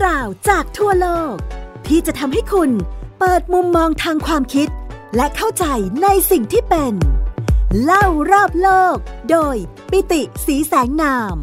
ราวจากทั่วโลกที่จะทำให้คุณเปิดมุมมองทางความคิดและเข้าใจในสิ่งที่เป็นเล่ารอบโลกโดยปิติศรีแสงนาม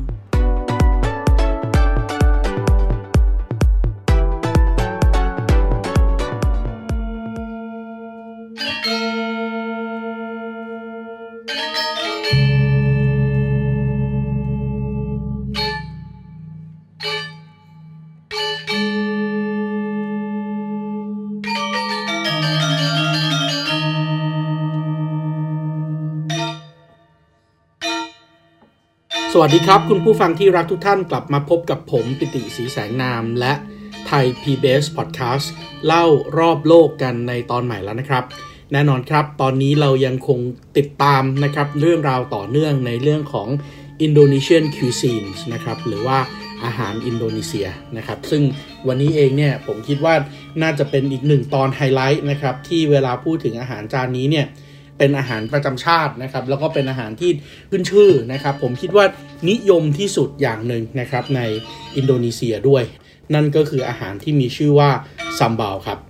สวัสดีครับคุณผู้ฟังที่รักทุกท่านกลับมาพบกับผมปิติศรีแสงนามและไทย PBS Podcast เล่ารอบโลกกันในตอนใหม่แล้วนะครับแน่นอนครับตอนนี้เรายังคงติดตามนะครับเรื่องราวต่อเนื่องในเรื่องของ Indonesian Cuisine นะครับหรือว่าอาหารอินโดนีเซียนะครับซึ่งวันนี้เองเนี่ยผมคิดว่าน่าจะเป็นอีกหนึ่งตอนไฮไลท์นะครับที่เวลาพูดถึงอาหารจานนี้เนี่ยเป็นอาหารประจำชาตินะครับแล้วก็เป็นอาหารที่ขึ้นชื่อนะครับผมคิดว่านิยมที่สุดอย่างหนึ่งนะครับในอินโดนีเซียด้วยนั่นก็คืออาหารที่มีชื่อว่าซัมบาลครับ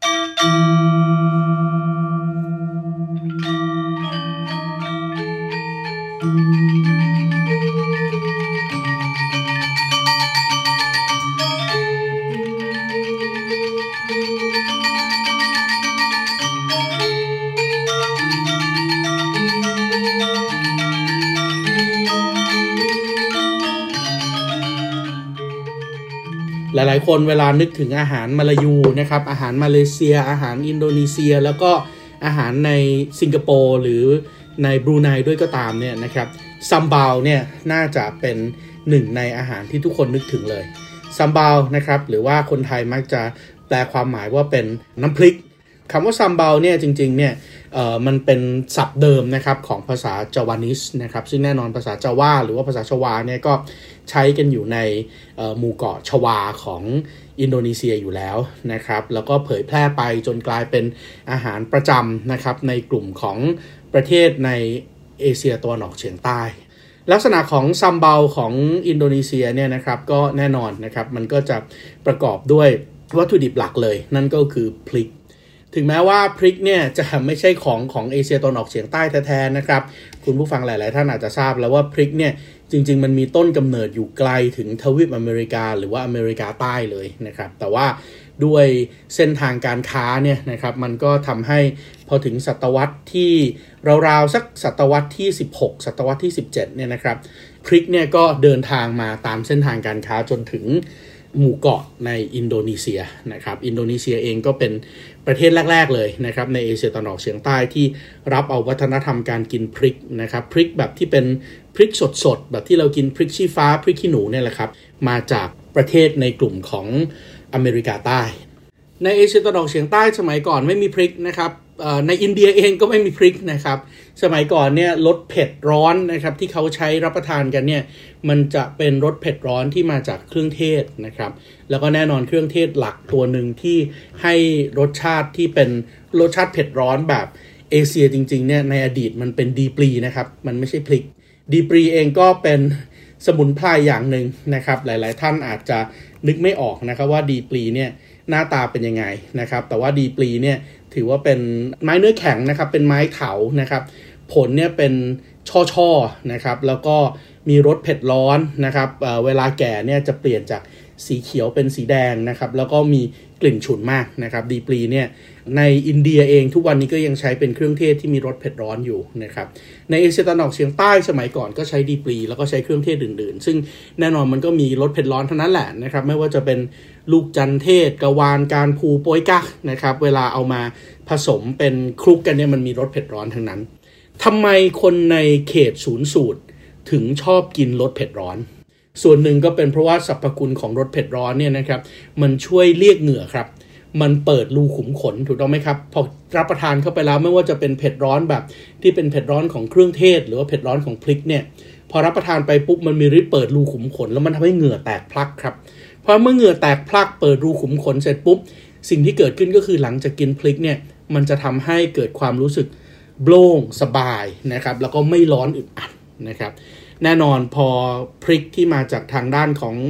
หลายๆคนเวลานึกถึงอาหารมาลายูนะครับอาหารมาเลเซียอาหารอินโดนีเซียแล้วก็อาหารในสิงคโปร์หรือในบรูไนด้วยก็ตามเนี่ยนะครับซัมบาลเนี่ยน่าจะเป็นหนึ่งในอาหารที่ทุกคนนึกถึงเลยซัมบาลนะครับหรือว่าคนไทยมักจะแปลความหมายว่าเป็นน้ำพริกคำว่าซัมบาลเนี่ยจริงๆเนี่ยมันเป็นศัพท์เดิมนะครับของภาษาจาวานิสนะครับซึ่งแน่นอนภาษาจาวาหรือว่าภาษาชวาเนี่ยก็ใช้กันอยู่ในหมู่เกาะชวาของอินโดนีเซียอยู่แล้วนะครับแล้วก็เผยแพร่ไปจนกลายเป็นอาหารประจำนะครับในกลุ่มของประเทศในเอเชียตะวันออกเฉียงใต้ลักษณะของซัมบาลของอินโดนีเซียเนี่ยนะครับก็แน่นอนนะครับมันก็จะประกอบด้วยวัตถุดิบหลักเลยนั่นก็คือพริกถึงแม้ว่าพริกเนี่ยจะไม่ใช่ของเอเชียตะวันออกเฉียงใต้แท้ๆนะครับคุณผู้ฟังหลายๆท่านอาจจะทราบแล้วว่าพริกเนี่ยจริงๆมันมีต้นกำเนิดอยู่ไกลถึงทวีปอเมริกาหรือว่าอเมริกาใต้เลยนะครับแต่ว่าด้วยเส้นทางการค้าเนี่ยนะครับมันก็ทำให้พอถึงศตวรรษที่ราวๆสักศตวรรษที่16ศตวรรษที่17เนี่ยนะครับพริกเนี่ยก็เดินทางมาตามเส้นทางการค้าจนถึงหมู่เกาะในอินโดนีเซียนะครับอินโดนีเซียเองก็เป็นประเทศแรกๆเลยนะครับในเอเชียตะวันออกเฉียงใต้ที่รับเอาวัฒนธรรมการกินพริกนะครับพริกแบบที่เป็นพริกสดๆแบบที่เรากินพริกชี้ฟ้าพริกขี้หนูเนี่ยแหละครับมาจากประเทศในกลุ่มของอเมริกาใต้ในเอเชียตะวันออกเฉียงใต้สมัยก่อนไม่มีพริกนะครับในอินเดียเองก็ไม่มีพริกนะครับสมัยก่อนเนี่ยรสเผ็ดร้อนนะครับที่เขาใช้รับประทานกันเนี่ยมันจะเป็นรสเผ็ดร้อนที่มาจากเครื่องเทศนะครับแล้วก็แน่นอนเครื่องเทศหลักตัวหนึ่งที่ให้รสชาติที่เป็นรสชาติเผ็ดร้อนแบบเอเชียจริงๆเนี่ยในอดีตมันเป็นดีปรีนะครับมันไม่ใช่พริกดีปรีเองก็เป็นสมุนไพรอย่างหนึ่งนะครับหลายๆท่านอาจจะนึกไม่ออกนะครับว่าดีปรีเนี่ยหน้าตาเป็นยังไงนะครับแต่ว่าดีปรีเนี่ยถือว่าเป็นไม้เนื้อแข็งนะครับเป็นไม้เถานะครับผลเนี่ยเป็นช่อๆนะครับแล้วก็มีรสเผ็ดร้อนนะครับเวลาแก่เนี่ยจะเปลี่ยนจากสีเขียวเป็นสีแดงนะครับแล้วก็มีกลิ่นฉุนมากนะครับดีปรีเนี่ยในอินเดียเองทุกวันนี้ก็ยังใช้เป็นเครื่องเทศที่มีรสเผ็ดร้อนอยู่นะครับในเอเชียตะวันออกเฉียงใต้สมัยก่อนก็ใช้ดีปรีแล้วก็ใช้เครื่องเทศอื่นๆซึ่งแน่นอนมันก็มีรสเผ็ดร้อนเท่านั้นแหละนะครับไม่ว่าจะเป็นลูกจันเทศกะวานการพูโป้ยกักนะครับเวลาเอามาผสมเป็นคลุกกันเนี่ยมันมีรสเผ็ดร้อนทั้งนั้นทำไมคนในเขตศูนย์สูตรถึงชอบกินรสเผ็ดร้อนส่วนหนึ่งก็เป็นเพราะว่าสรรพคุณของรสเผ็ดร้อนเนี่ยนะครับมันช่วยเรียกเหงื่อครับมันเปิดรูขุมขนถูกต้องไหมครับพอรับประทานเข้าไปแล้วไม่ว่าจะเป็นเผ็ดร้อนแบบที่เป็นเผ็ดร้อนของเครื่องเทศหรือว่าเผ็ดร้อนของพริกเนี่ยพอรับประทานไปปุ๊บมันมีฤทธิ์เปิดรูขุมขนแล้วมันทำให้เหงื่อแตกพลักครับพอเมื่อเหงื่อแตกพลักเปิดรูขุมขนเสร็จปุ๊บสิ่งที่เกิดขึ้นก็คือหลังจากกินพริกเนี่ยมันจะทำให้เกิดความรู้สึกโล่งสบายนะครับแล้วก็ไม่ร้อนอึดอัดนะครับแน่นอนพอพริกที่มาจากทางด้านของ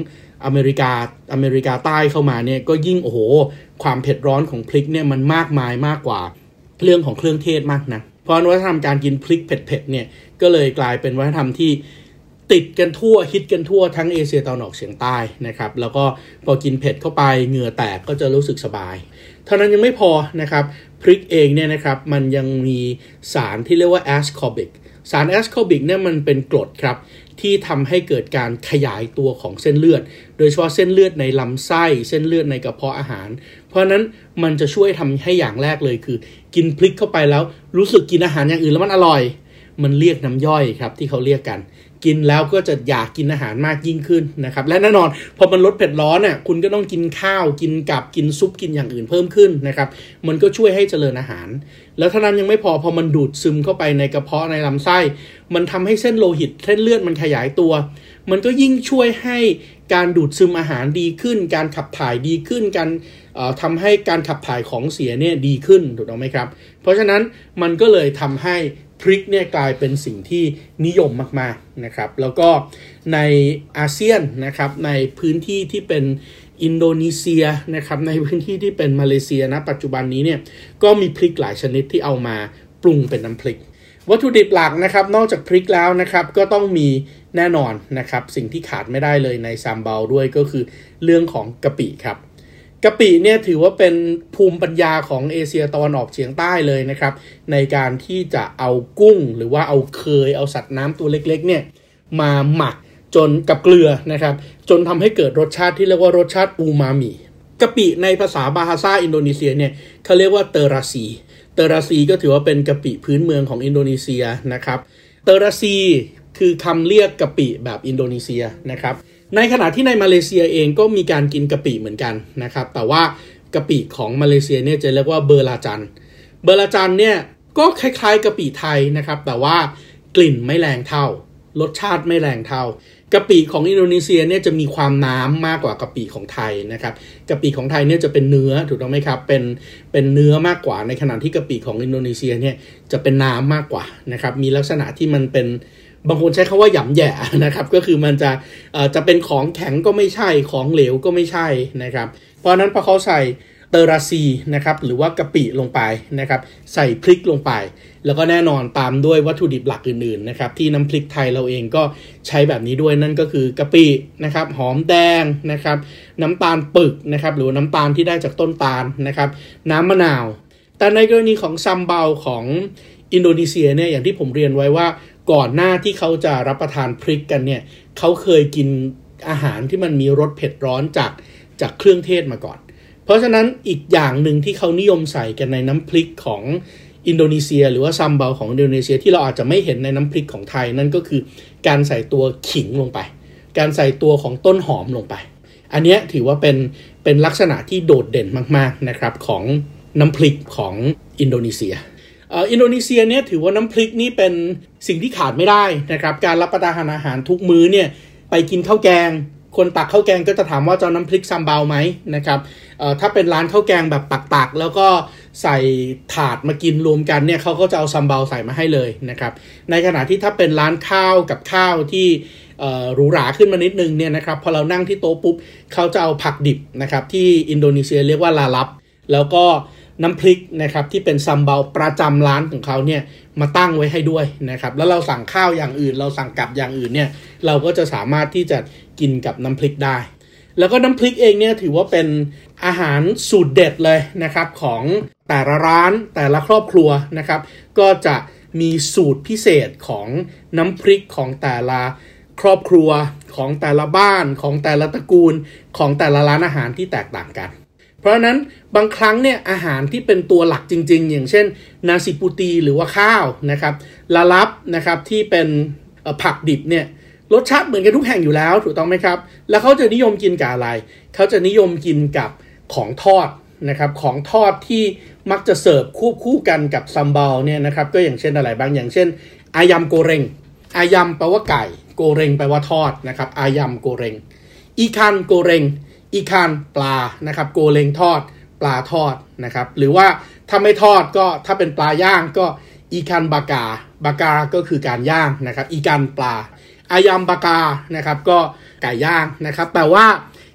อเมริกาใต้เข้ามาเนี่ยก็ยิ่งโอ้โหความเผ็ดร้อนของพริกเนี่ยมันมากมายมากกว่าเรื่องของเครื่องเทศมากนะเพราะวัฒนธรรมการกินพริกเผ็ดๆเนี่ยก็เลยกลายเป็นวัฒนธรรมที่ติดกันทั่วฮิตกันทั่วทั้งเอเชียตะวันออกเฉียงใต้นะครับแล้วก็พอกินเผ็ดเข้าไปเหงื่อแตกก็จะรู้สึกสบายเท่านั้นยังไม่พอนะครับพริกเองเนี่ยนะครับมันยังมีสารที่เรียกว่าแอสคอบิกสารแอสคอบิกเนี่ยมันเป็นกรดครับที่ทำให้เกิดการขยายตัวของเส้นเลือดโดยเฉพาะเส้นเลือดในลำไส้เส้นเลือดในกระเพาะอาหารเพราะนั้นมันจะช่วยทำให้อย่างแรกเลยคือกินพริกเข้าไปแล้วรู้สึกกินอาหารอย่างอื่นแล้วมันอร่อยมันเรียกน้ำย่อยครับที่เขาเรียกกันกินแล้วก็จะอยากกินอาหารมากยิ่งขึ้นนะครับและแน่นอนพอมันลดเผ็ดร้อนน่ะคุณก็ต้องกินข้าวกินกับกินซุปกินอย่างอื่นเพิ่มขึ้นนะครับมันก็ช่วยให้เจริญอาหารแล้วเท่านั้นยังไม่พอมันดูดซึมเข้าไปในกระเพาะในลำไส้มันทำให้เส้นโลหิตเส้นเลือดมันขยายตัวมันก็ยิ่งช่วยให้การดูดซึมอาหารดีขึ้นการขับถ่ายดีขึ้นการทำให้การขับถ่ายของเสียเนี่ยดีขึ้นถูกต้องไหมครับเพราะฉะนั้นมันก็เลยทำให้พริกเนี่ยกลายเป็นสิ่งที่นิยมมากๆนะครับแล้วก็ในอาเซียนนะครับในพื้นที่ที่เป็นอินโดนีเซียนะครับในพื้นที่ที่เป็นมาเลเซียนะปัจจุบันนี้เนี่ยก็มีพริกหลายชนิดที่เอามาปรุงเป็นน้ำพริกวัตถุดิบหลักนะครับนอกจากพริกแล้วนะครับก็ต้องมีแน่นอนนะครับสิ่งที่ขาดไม่ได้เลยในซัมเบาด้วยก็คือเรื่องของกะปิครับกะปิเนี่ยถือว่าเป็นภูมิปัญญาของเอเชียตะวันออกเฉียงใต้เลยนะครับในการที่จะเอากุ้งหรือว่าเอาเอาสัตว์น้ำตัวเล็กๆเนี่ยมาหมักจนกับเกลือนะครับจนทำให้เกิดรสชาติที่เรียกว่ารสชาติอูมามิกะปิในภาษาบาฮาซาอินโดนีเซียเนี่ยเขาเรียกว่าเตอราซีก็ถือว่าเป็นกะปิพื้นเมืองของอินโดนีเซียนะครับเตอราซีคือคำเรียกกะปิแบบอินโดนีเซียนะครับในขณะที่ในมาเลเซียเองก็มีการกินกะปิเหมือนกันนะครับแต่ว่ากะปิของมาเลเซียเนี่ยจะเรียกว่าเบอร์ลาจันเนี่ยก็คล้ายๆกะปิไทยนะครับแต่ว่ากลิ่นไม่แรงเท่ารสชาติไม่แรงเท่ากะปิของอินโดนีเซียเนี่ยจะมีความน้ำมากกว่ากะปิของไทยนะครับกะปิของไทยเนี่ยจะเป็นเนื้อถูกต้องไหมครับเป็นเนื้อมากกว่าในขณะที่กะปิของอินโดนีเซียเนี่ยจะเป็นน้ำมากกว่านะครับมีลักษณะที่มันเป็นบางคนใช้คำว่าหยำแหย่นะครับก็คือมันจะเป็นของแข็งก็ไม่ใช่ของเหลวก็ไม่ใช่นะครับเพราะนั้นพอเขาใส่เตอราซีนะครับหรือว่ากะปิลงไปนะครับใส่พริกลงไปแล้วก็แน่นอนตามด้วยวัตถุดิบหลักอื่นๆนะครับที่น้ำพริกไทยเราเองก็ใช้แบบนี้ด้วยนั่นก็คือกะปินะครับหอมแดงนะครับน้ำตาลปึกนะครับหรือน้ำตาลที่ได้จากต้นตาลนะครับน้ำมะนาวแต่ในกรณีของซัมเบาของอินโดนีเซียเนี่ยอย่างที่ผมเรียนไว้ว่าก่อนหน้าที่เขาจะรับประทานพริกกันเนี่ยเขาเคยกินอาหารที่มันมีรสเผ็ดร้อนจากเครื่องเทศมาก่อนเพราะฉะนั้นอีกอย่างหนึ่งที่เขานิยมใส่กันในน้ำพริกของอินโดนีเซียหรือว่าซัมเบาของอินโดนีเซียที่เราอาจจะไม่เห็นในน้ำพริกของไทยนั่นก็คือการใส่ตัวขิงลงไปการใส่ตัวของต้นหอมลงไปอันนี้ถือว่าเป็นลักษณะที่โดดเด่นมากๆนะครับของน้ำพริกของอินโดนีเซียอินโดนีเซียเนี่ยถือว่าน้ำพริกนี่เป็นสิ่งที่ขาดไม่ได้นะครับการรับประทานอาหารทุกมื้อเนี่ยไปกินข้าวแกงคนตักข้าวแกงก็จะถามว่าจะน้ำพริกซัมเบาไหมนะครับถ้าเป็นร้านข้าวแกงแบบตักแล้วก็ใส่ถาดมากินรวมกันเนี่ยเขาก็จะเอาซัมเบาใส่มาให้เลยนะครับในขณะที่ถ้าเป็นร้านข้าวกับข้าวที่หรูหราขึ้นมานิดนึงเนี่ยนะครับพอเรานั่งที่โต๊ะปุ๊บเขาจะเอาผักดิบนะครับที่อินโดนีเซียเรียกว่าลาลับแล้วก็น้ำพริกนะครับที่เป็นซัมเบาประจำร้านของเขาเนี่ยมาตั้งไว้ให้ด้วยนะครับแล้วเราสั่งข้าวอย่างอื่นเราสั่งกับอย่างอื่นเนี่ยเราก็จะสามารถที่จะกินกับน้ำพริกได้แล้วก็น้ำพริกเองเนี่ยถือว่าเป็นอาหารสูตรเด็ดเลยนะครับของแต่ละร้านแต่ละครอบครัวนะครับก็จะมีสูตรพิเศษของน้ำพริกของแต่ละครอบครัวของแต่ละบ้านของแต่ละตระกูลของแต่ละร้านอาหารที่แตกต่างกันเพราะฉะนั้นบางครั้งเนี่ยอาหารที่เป็นตัวหลักจริงๆอย่างเช่นนาซิปูตีหรือว่าข้าวนะครับลาลับนะครับที่เป็นผักดิบเนี่ยรสชาติเหมือนกันทุกแห่งอยู่แล้วถูกต้องไหมครับแล้วเขาจะนิยมกินกับอะไรเขาจะนิยมกินกับของทอดนะครับของทอดที่มักจะเสิร์ฟควบคู่กันกับซัมเบาเนี่ยนะครับก็อย่างเช่นอะไรบางอย่างเช่นอายำโกเร็งอายำแปลว่าไก่โกเร็งแปลว่าทอดนะครับอายำโกเร็งอีคันโกเร็งอีคันปลานะครับโกเร็งทอดปลาทอดนะครับหรือว่าถ้าไม่ทอดก็ถ้าเป็นปลาย่างก็อีคันบากาก็คือการย่างนะครับอีคันปลาอายำบากานะครับก็ไก่ย่างนะครับแต่ว่า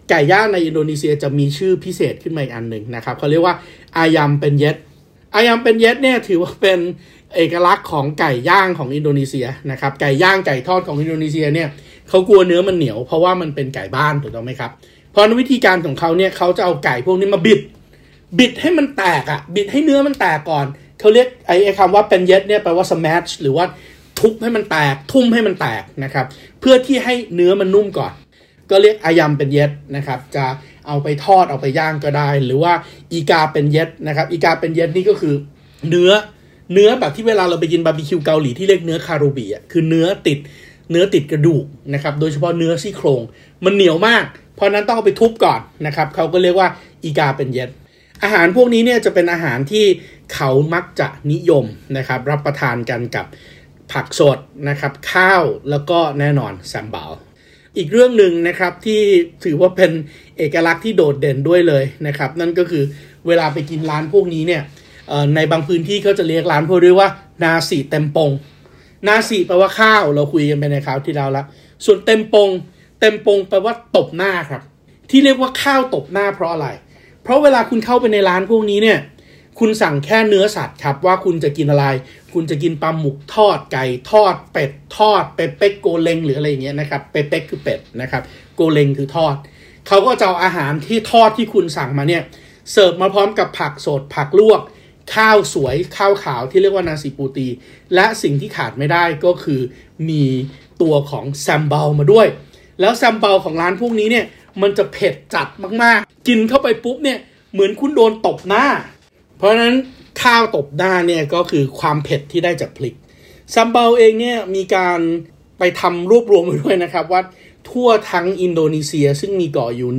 ไก่ย่างในอินโดนีเซียจะมีชื่อพิเศษขึ้นมาอีกอันหนึ่งนะครับเขาเรียกว่าอายัมเป็นเย็ดอายัมเป็นเย็ดเนี่ยถือว่าเป็นเอกลักษณ์ของไก่ย่างของอินโดนีเซียนะครับไก่ย่างไก่ทอดของอินโดนีเซียเนี่ยเขากลัวเนื้อมันเหนียวเพราะว่ามันเป็นไก่บ้านถูกต้องไหมครับเพราะวิธีการของเขาเนี่ยเขาจะเอาไก่พวกนี้มาบิดให้มันแตกบิดให้เนื้อมันแตกก่อนเขาเรียกไอ้คำว่าเป็นเย็ดเนี่ยแปลว่า smash หรือว่าทุบให้มันแตกทุ่มให้มันแตกนะครับเพื่อที่ให้เนื้อมันนุ่มก่อนก็เรียกอายัมเป็นเย็ดนะครับจะเอาไปทอดเอาไปย่างก็ได้หรือว่าอีกาเป็นเย็ดนะครับอีกาเป็นเย็ดนี่ก็คือเนื้อแบบที่เวลาเราไปกินบาร์บีคิวเกาหลีที่เรียกเนื้อคารูบิคือเนื้อติดกระดูกนะครับโดยเฉพาะเนื้อซี่โครงมันเหนียวมากเพราะนั้นต้องเอาไปทุบก่อนนะครับเขาก็เรียกว่าอีกาเป็นเย็ดอาหารพวกนี้เนี่ยจะเป็นอาหารที่เขามักจะนิยมนะครับรับประทานกันกับผักสดนะครับข้าวแล้วก็แน่นอนแซมบัลอีกเรื่องหนึ่งนะครับที่ถือว่าเป็นเอกลักษณ์ที่โดดเด่นด้วยเลยนะครับนั่นก็คือเวลาไปกินร้านพวกนี้เนี่ยในบางพื้นที่เขาจะเรียกร้านพวกนี้ว่านาสีเต็มปงนาสีแปลว่าข้าวเราคุยกันไปในคราวที่แล้วแล้วส่วนเต็มปงแปลว่าตบหน้าครับที่เรียกว่าข้าวตบหน้าเพราะอะไรเพราะเวลาคุณเข้าไปในร้านพวกนี้เนี่ยคุณสั่งแค่เนื้อสัตว์ครับว่าคุณจะกินอะไรคุณจะกินปลาหมึกทอดไก่ทอดเป็ดทอดเปเป๊กโกเลงหรืออะไรอย่างเงี้ยนะครับเปเป๊กคือเป็ดนะครับโกเลงคือทอดเขาก็จะเอาอาหารที่ทอดที่คุณสั่งมาเนี่ยเสิร์ฟมาพร้อมกับผักสดผักลวกข้าวสวยข้าวขาวที่เรียกว่านาซิปูตีและสิ่งที่ขาดไม่ได้ก็คือมีตัวของแซมบัลมาด้วยแล้วแซมบัลของร้านพวกนี้เนี่ยมันจะเผ็ดจัดมากๆกินเข้าไปปุ๊บเนี่ยเหมือนคุณโดนตบหน้าเพราะฉะนั้นข้าวตบหน้าเนี่ยก็คือความเผ็ดที่ได้จากพริกแซมบัลเองเนี่ยมีการไปทำรวบรวมไว้ด้วยนะครับว่าทั่วทั้งอินโดนีเซียซึ่งมีเกาะอยู่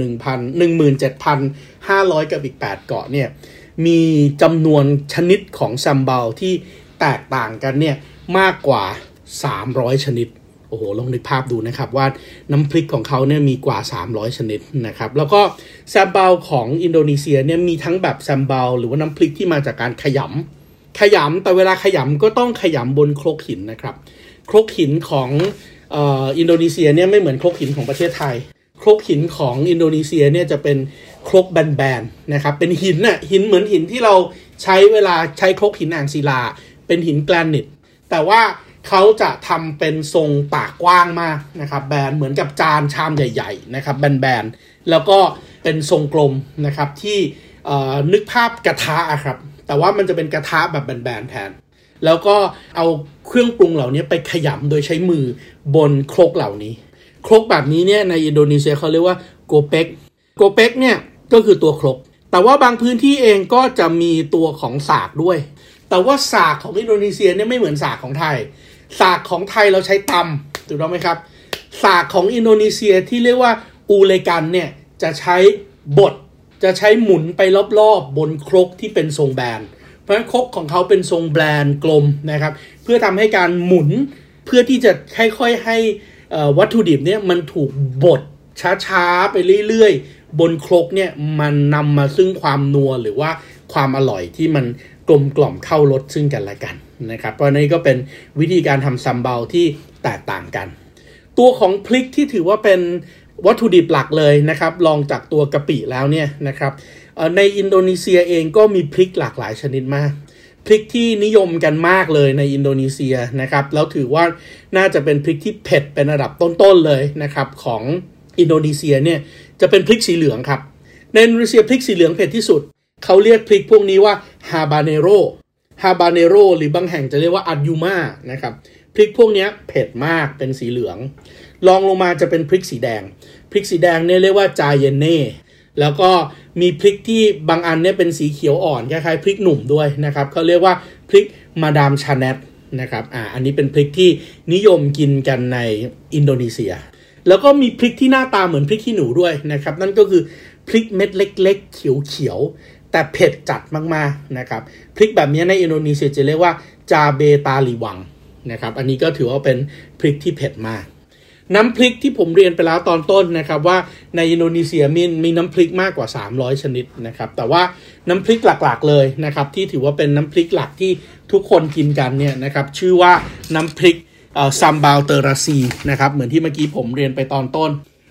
17,500 กับอีก8เกาะเนี่ยมีจำนวนชนิดของแซมบัลที่แตกต่างกันเนี่ยมากกว่า300ชนิดโอ้โหลองนึกภาพดูนะครับว่าน้ำพริกของเขาเนี่ยมีกว่า300ชนิดนะครับแล้วก็แซมบัลของอินโดนีเซียเนี่ยมีทั้งแบบแซมบัลหรือว่าน้ำพริกที่มาจากการขยำแต่เวลาขยำก็ต้องขยำบนครกหินนะครับครกหินของอินโดนีเซียเนี่ยไม่เหมือนครกหินของประเทศไทยครกหินของอินโดนีเซียเนี่ยจะเป็นครกแบนๆนะครับเป็นหินเหมือนหินที่เราใช้เวลาใช้ครกหินอ่างศิลาเป็นหินแกรนิตแต่ว่าเขาจะทำเป็นทรงปากกว้างมากนะครับแบนเหมือนกับจานชามใหญ่ๆนะครับแบนๆแล้วก็เป็นทรงกลมนะครับที่นึกภาพกระทะครับแต่ว่ามันจะเป็นกระทะแบบแบนๆแทนแล้วก็เอาเครื่องปรุงเหล่านี้ไปขยำโดยใช้มือบนครกเหล่านี้ครกแบบนี้เนี่ยในอินโดนีเซียเขาเรียกว่าโกเป๊กเนี่ยก็คือตัวครกแต่ว่าบางพื้นที่เองก็จะมีตัวของสากด้วยแต่ว่าสากของอินโดนีเซียเนี่ยไม่เหมือนสากของไทยสากของไทยเราใช้ตำถูกต้องไหมครับสากของอินโดนีเซียที่เรียกว่าอูเลกันเนี่ยจะใช้บดจะใช้หมุนไปรอบๆบนครกที่เป็นทรงแบนเพราะฉะนั้นครกของเขาเป็นทรงแบนกลมนะครับเพื่อทำให้การหมุนเพื่อที่จะค่อยๆให้วัตถุดิบเนี่ยมันถูกบดช้าๆไปเรื่อยๆบนครกเนี่ยมันนำมาซึ่งความนัวหรือว่าความอร่อยที่มันกลมกล่อมเข้ารสซึ่งกันและกันนะครับเพราะนี่ก็เป็นวิธีการทำซัมบัลที่แตกต่างกันตัวของพริกที่ถือว่าเป็นวัตถุดิบหลักเลยนะครับรองจากตัวกะปิแล้วเนี่ยนะครับในอินโดนีเซียเองก็มีพริกหลากหลายชนิดมากพริกที่นิยมกันมากเลยในอินโดนีเซียนะครับแล้วถือว่าน่าจะเป็นพริกที่เผ็ดเป็นระดับต้นๆเลยนะครับของอินโดนีเซียเนี่ยจะเป็นพริกสีเหลืองครับในอินโดนีเซียพริกสีเหลืองเผ็ดที่สุดเขาเรียกพริกพวกนี้ว่าฮาบาเนโรหรือบางแห่งจะเรียกว่าอัดยูมานะครับพริกพวกนี้เผ็ดมากเป็นสีเหลืองรองลงมาจะเป็นพริกสีแดงเนี่ยเรียกว่าจาเยนเน่แล้วก็มีพริกที่บางอันเนี่ยเป็นสีเขียวอ่อนคล้ายๆพริกหนุ่มด้วยนะครับเขาเรียกว่าพริกมาดามชาเนตนะครับอันนี้เป็นพริกที่นิยมกินกันในอินโดนีเซียแล้วก็มีพริกที่หน้าตาเหมือนพริกขี้หนูด้วยนะครับนั่นก็คือพริกเม็ดเล็กๆเขียวแต่เผ็ดจัดมากๆนะครับพริกแบบนี้ในอินโดนีเซียจะเรียกว่าจาเบตาลิวังนะครับอันนี้ก็ถือว่าเป็นพริกที่เผ็ดมากน้ำพริกที่ผมเรียนไปแล้วตอนต้นนะครับว่าในอินโดนีเซียมีน้ำพริกมากกว่า300ชนิดนะครับแต่ว่าน้ำพริกหลักๆเลยนะครับที่ถือว่าเป็นน้ำพริกหลักที่ทุกคนกินกันเนี่ยนะครับชื่อว่าน้ำพริกซัมบัลเตอราซีนะครับเหมือนที่เมื่อกี้ผมเรียนไปตอนต้น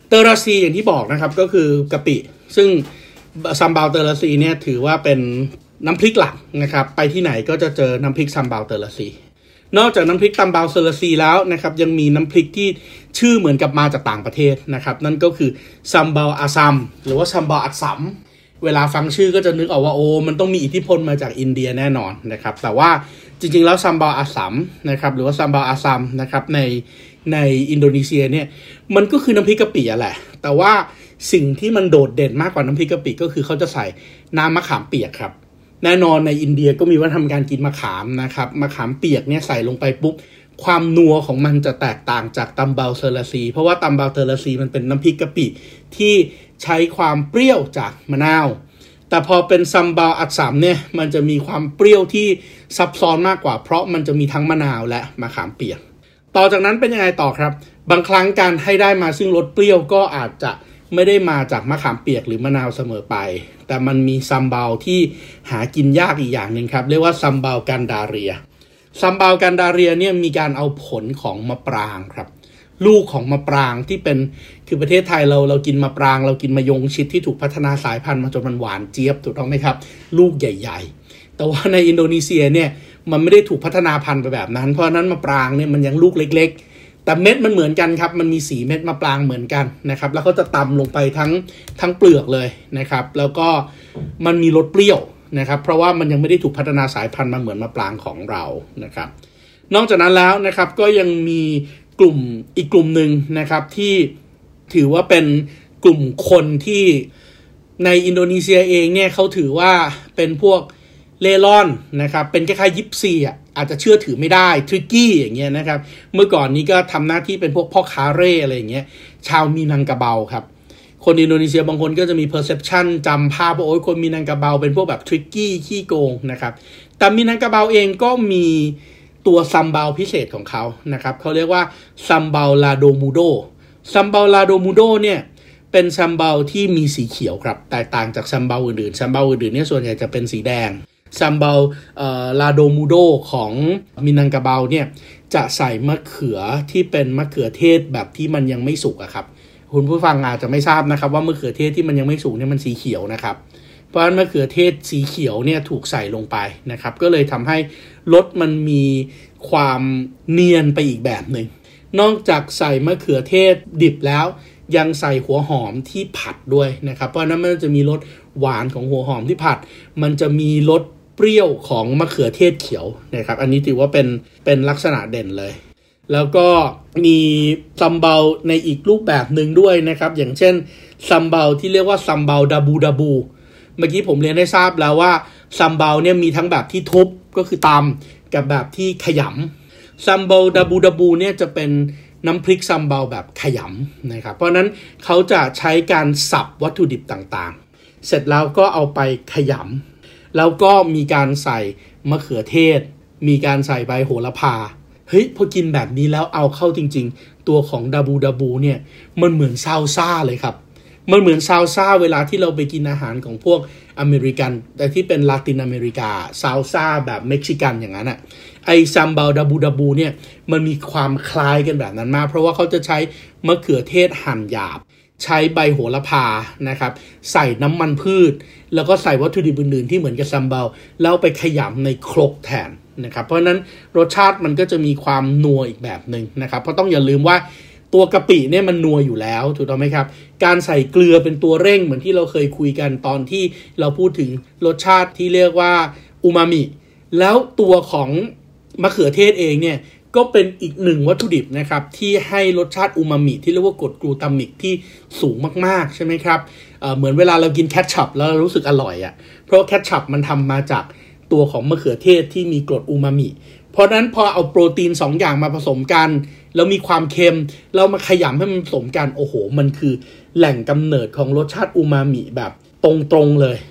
เตอราซีอย่างที่บอกนะครับก็คือกะปิซึ่งซัมบาวเตอราซีเนี่ยถือว่าเป็นน้ำพริกหลักนะครับไปที่ไหนก็จะเจอน้ำพริกซัมบาวเตอราซีนอกจากน้ำพริกซัมบาวเตอราซีแล้วนะครับยังมีน้ำพริกที่ชื่อเหมือนกับมาจากต่างประเทศนะครับนั่นก็คือซัมบาวอาซัมหรือว่าซัมบาวอัสสัมเวลาฟังชื่อก็จะนึกออกว่าโอ้มันต้องมีอิทธิพลมาจากอินเดียแน่นอนนะครับแต่ว่าจริงๆแล้วซัมบาวอัสสัมนะครับหรือว่าซัมบาวอาซัมนะครับในอินโดนีเซียเนี่ยมันก็คือน้ำพริกกะปิแหละแต่ว่าสิ่งที่มันโดดเด่นมากกว่าน้ำพริกกะปิก็คือเขาจะใส่น้ำมะขามเปียกครับแน่นอนในอินเดียก็มีวัฒนธรรมการกินมะขามนะครับมะขามเปียกเนี่ยใส่ลงไปปุ๊บความนัวของมันจะแตกต่างจากตัมบาวเตอราซีเพราะว่าตัมบาวเตอราซีมันเป็นน้ำพริกกะปิที่ใช้ความเปรี้ยวจากมะนาวแต่พอเป็นซัมบาวอัสสัมเนี่ยมันจะมีความเปรี้ยวที่ซับซ้อนมากกว่าเพราะมันจะมีทั้งมะนาวและมะขามเปียกต่อจากนั้นเป็นยังไงต่อครับบางครั้งการให้ได้มาซึ่งรสเปรี้ยวก็อาจจะไม่ได้มาจากมะขามเปียกหรือมะนาวเสมอไปแต่มันมีซัมบาวที่หากินยากอีกอย่างหนึ่งครับเรียกว่าซัมบาวกันดาเรียซัมบาวกันดาเรียเนี่ยมีการเอาผลของมะปรางครับลูกของมะปรางที่เป็นคือประเทศไทยเรากินมะปรางเรากินมะยงชิดที่ถูกพัฒนาสายพันธุ์มาจนมันหวานเจี๊ยบถูกต้องไหมครับลูกใหญ่ๆแต่ว่าในอินโดนีเซียเนี่ยมันไม่ได้ถูกพัฒนาพันธุ์ไปแบบนั้นเพราะนั้นมะปรางเนี่ยมันยังลูกเล็กๆแต่เม็ดมันเหมือนกันครับมันมีสีเม็ดมะปรางเหมือนกันนะครับแล้วก็จะตำลงไปทั้งเปลือกเลยนะครับแล้วก็มันมีรสเปรี้ยวนะครับเพราะว่ามันยังไม่ได้ถูกพัฒนาสายพันธุ์มาเหมือนมะปรางของเรานะครับนอกจากนั้นแล้วนะครับก็ยังมีอีกกลุ่มหนึ่งนะครับที่ถือว่าเป็นกลุ่มคนที่ในอินโดนีเซียเองเนี่ยเขาถือว่าเป็นพวกเล่ร่อนนะครับเป็นคล้ายๆยิปซีอาจจะเชื่อถือไม่ได้ทริกกี้อย่างเงี้ยนะครับเมื่อก่อนนี้ก็ทำหน้าที่เป็นพวกพ่อค้าเร่อะไรอย่างเงี้ยชาวมินังกาเบาครับคนอินโดนีเซียบางคนก็จะมี perception จำภาพว่าโอ้ยคนมินังกาเบาเป็นพวกแบบทริกกี้ขี้โกงนะครับแต่มินังกาเบาเองก็มีตัวซัมบาวพิเศษของเขานะครับเขาเรียกว่าซัมบาวลาโดมูโดซัมบาวลาโดมูโดเนี่ยเป็นซัมบาวที่มีสีเขียวครับแตกต่างจากซัมบาวอื่นๆซัมบาวอื่นๆเนี่ยส่วนใหญ่จะเป็นสีแดงซัมบาวลาโดมูโดของมินังกาเบาเนี่ยจะใส่มะเขือที่เป็นมะเขือเทศแบบที่มันยังไม่สุกอะครับคุณผู้ฟังอาจจะไม่ทราบนะครับว่ามะเขือเทศที่มันยังไม่สุกเนี่ยมันสีเขียวนะครับเพราะฉะนั้นมะเขือเทศสีเขียวเนี่ยถูกใส่ลงไปนะครับก็เลยทำให้รสมันมีความเนียนไปอีกแบบหนึ่งนอกจากใส่มะเขือเทศดิบแล้วยังใส่หัวหอมที่ผัดด้วยนะครับเพราะนั้นมันจะมีรสหวานของหัวหอมที่ผัดมันจะมีรสเปรี้ยวของมะเขือเทศเขียวนะครับอันนี้ถือว่าเป็นลักษณะเด่นเลยแล้วก็มีซัมบาวในอีกรูปแบบหนึ่งด้วยนะครับอย่างเช่นซัมบาวที่เรียกว่าซัมบาวดาบูเมื่อกี้ผมเรียนให้ทราบแล้วว่าซัมบาวเนี่ยมีทั้งแบบที่ทุบก็คือตำกับแบบที่ขยำซัมบาวดาบูเนี่ยจะเป็นน้ำพริกซัมบาวแบบขยำนะครับเพราะนั้นเขาจะใช้การสับวัตถุดิบต่างๆเสร็จแล้วก็เอาไปขยำแล้วก็มีการใส่มะเขือเทศมีการใส่ใบโหระพาเฮ้ยพอกินแบบนี้แล้วเอาเข้าจริงๆตัวของดาบูเนี่ยมันเหมือนซาวซ่าเลยครับมันเหมือนซาวซ่าเวลาที่เราไปกินอาหารของพวกอเมริกันแต่ที่เป็นลาตินอเมริกาซาวซ่าแบบเม็กซิกันอย่างนั้นอ่ะไอซัมบาวดาบูเนี่ยมันมีความคล้ายกันแบบนั้นมากเพราะว่าเขาจะใช้มะเขือเทศหั่นหยาบใช้ใบโหระพานะครับใส่น้ำมันพืชแล้วก็ใส่วัตถุดิบอื่นๆที่เหมือนกับซัมบาวแล้วไปขยำในครกแทนนะครับเพราะนั้นรสชาติมันก็จะมีความนัวอีกแบบนึงนะครับเพราะต้องอย่าลืมว่าตัวกะปิเนี่ยมันนัวอยู่แล้วถูกต้องไหมครับการใส่เกลือเป็นตัวเร่งเหมือนที่เราเคยคุยกันตอนที่เราพูดถึงรสชาติที่เรียกว่าอูมามิแล้วตัวของมะเขือเทศเองเนี่ยก็เป็นอีกหนึ่งวัตถุดิบนะครับที่ให้รสชาติอูมามิที่เรียกว่ากรดกลูตามิกที่สูงมากๆใช่ไหมครับเหมือนเวลาเรากินแคทชัพแล้วเรารู้สึกอร่อยอ่ะเพราะแคทชัพมันทำมาจากตัวของมะเขือเทศที่มีกรดอูมามิเพราะนั้นพอเอาโปรตีน2อย่างมาผสมกันแล้วมีความเค็มเรามาขยำให้มันผสมกันโอ้โหมันคือแหล่งกำเนิดของรสชาติอูมามิแบบตรงๆเลย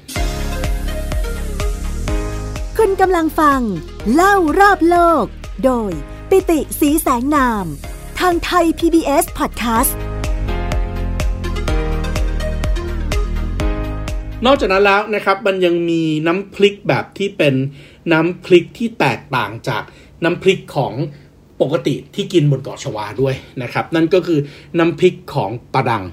คุณกำลังฟังเล่ารอบโลกโดยปิติศรีแสงนามทางไทย PBS Podcast นอกจากนั้นแล้วนะครับมันยังมีน้ำพริกแบบที่เป็นน้ำพริกที่แตกต่างจากน้ำพริกของปกติที่กินบนเกาะชวาด้วยนะครับนั่นก็คือน้ำพริกของปะดัง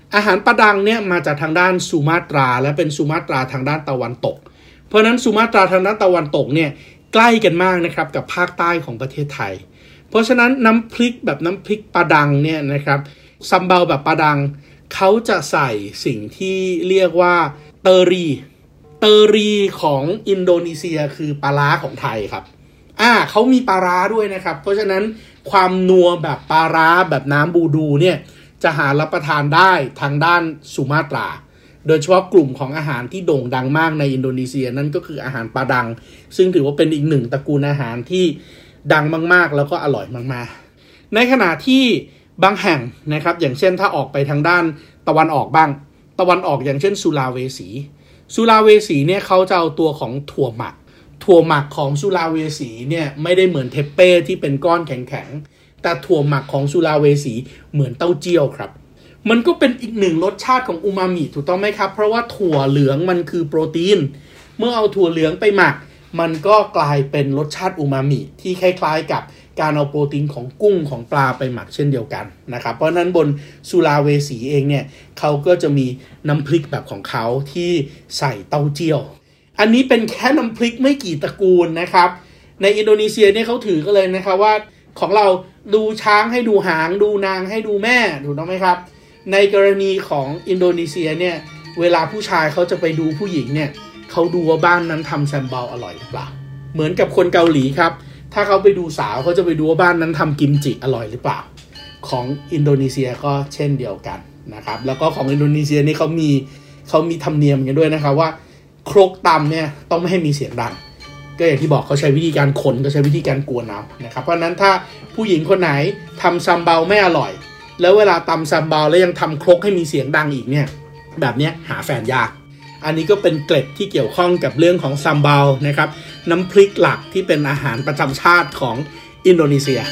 อาหารปะดังเนี่ยมาจากทางด้านสุมาตราและเป็นสุมาตราทางด้านตะวันตกเพราะนั้นสุมาตราทางด้านตะวันตกเนี่ยใกล้กันมากนะครับกับภาคใต้ของประเทศไทยเพราะฉะนั้นน้ำพริกแบบน้ำพริกปะดังเนี่ยนะครับซัมเบาแบบปะดังเขาจะใส่สิ่งที่เรียกว่าเตอรีของอินโดนีเซียคือปลาร้าของไทยครับเขามีปลาร้าด้วยนะครับเพราะฉะนั้นความนัวแบบปลาร้าแบบน้ำบูดูเนี่ยจะหารับประทานได้ทางด้านสุมาตราโดยเฉพาะกลุ่มของอาหารที่โด่งดังมากในอินโดนีเซียนั่นก็คืออาหารปลาดังซึ่งถือว่าเป็นอีกหนึ่งตระกูลอาหารที่ดังมากๆแล้วก็อร่อยมากๆในขณะที่บางแห่งนะครับอย่างเช่นถ้าออกไปทางด้านตะวันออกบ้างตะวันออกอย่างเช่นสุลาเวสีเนี่ยเขาจะเอาตัวของถั่วหมักของสุลาเวสีเนี่ยไม่ได้เหมือนเทปเป้ที่เป็นก้อนแข็งๆแต่ถั่วหมักของสุลาเวสีเหมือนเต้าเจี้ยวครับมันก็เป็นอีกหนึ่งรสชาติของอูมามิถูกต้องไหมครับเพราะว่าถั่วเหลืองมันคือโปรตีนเมื่อเอาถั่วเหลืองไปหมักมันก็กลายเป็นรสชาติอูมามิที่คล้ายๆกับการเอาโปรตีนของกุ้งของปลาไปหมักเช่นเดียวกันนะครับเพราะนั้นบนสุลาเวสีเองเนี่ยเขาก็จะมีน้ำพริกแบบของเขาที่ใส่เต้าเจี้ยวอันนี้เป็นแค่น้ำพริกไม่กี่ตระกูลนะครับในอินโดนีเซียเนี่ยเขาถือกันเลยนะครับว่าของเราดูช้างให้ดูหางดูนางให้ดูแม่ถูกต้องไหมครับในกรณีของอินโดนีเซียเนี่ยเวลาผู้ชายเขาจะไปดูผู้หญิงเนี่ยเขาดูว่าบ้านนั้นทำแซมเบาอร่อยหรือเปล่าเหมือนกับคนเกาหลีครับถ้าเขาไปดูสาวเขาจะไปดูว่าบ้านนั้นทำกิมจิอร่อยหรือเปล่าของอินโดนีเซียก็เช่นเดียวกันนะครับแล้วก็ของอินโดนีเซียนี่เขามีธรรมเนียมกันด้วยนะครับว่าครกตำเนี่ยต้องไม่ให้มีเสียงดังก็อย่างที่บอกเขาใช้วิธีการคนก็ใช้วิธีการกวนเอานะครับเพราะนั้นถ้าผู้หญิงคนไหนทำซัมเบาไม่อร่อยแล้วเวลาตำซัมเบาแล้วยังทำครกให้มีเสียงดังอีกเนี่ยแบบนี้หาแฟนยากอันนี้ก็เป็นเกร็ดที่เกี่ยวข้องกับเรื่องของซัมเบานะครับน้ำพริกหลักที่เป็นอาหารประจำชาติของอินโดนีเซีย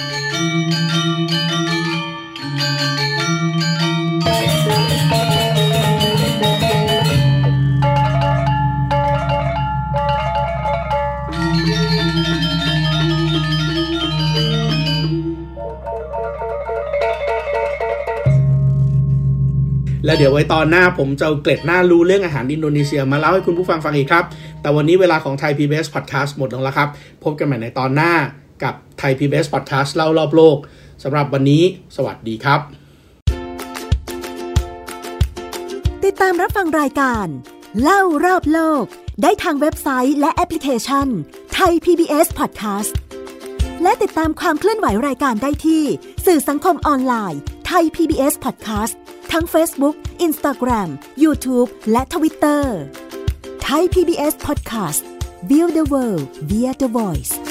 และเดี๋ยวไว้ตอนหน้าผมจะเกร็ดหน้ารู้เรื่องอาหารอินโดนีเซียมาเล่าให้คุณผู้ฟังฟังอีกครับแต่วันนี้เวลาของ Thai PBS Podcast หมดลงแล้วครับพบกันใหม่ในตอนหน้ากับ Thai PBS Podcast เล่ารอบโลกสำหรับวันนี้สวัสดีครับติดตามรับฟังรายการเล่ารอบโลกได้ทางเว็บไซต์และแอปพลิเคชัน Thai PBS Podcast และติดตามความเคลื่อนไหวรายการได้ที่สื่อสังคมออนไลน์ Thai PBS Podcastทั้ง Facebook, Instagram, YouTube และ Twitter Thai PBS Podcast View the World via the Voice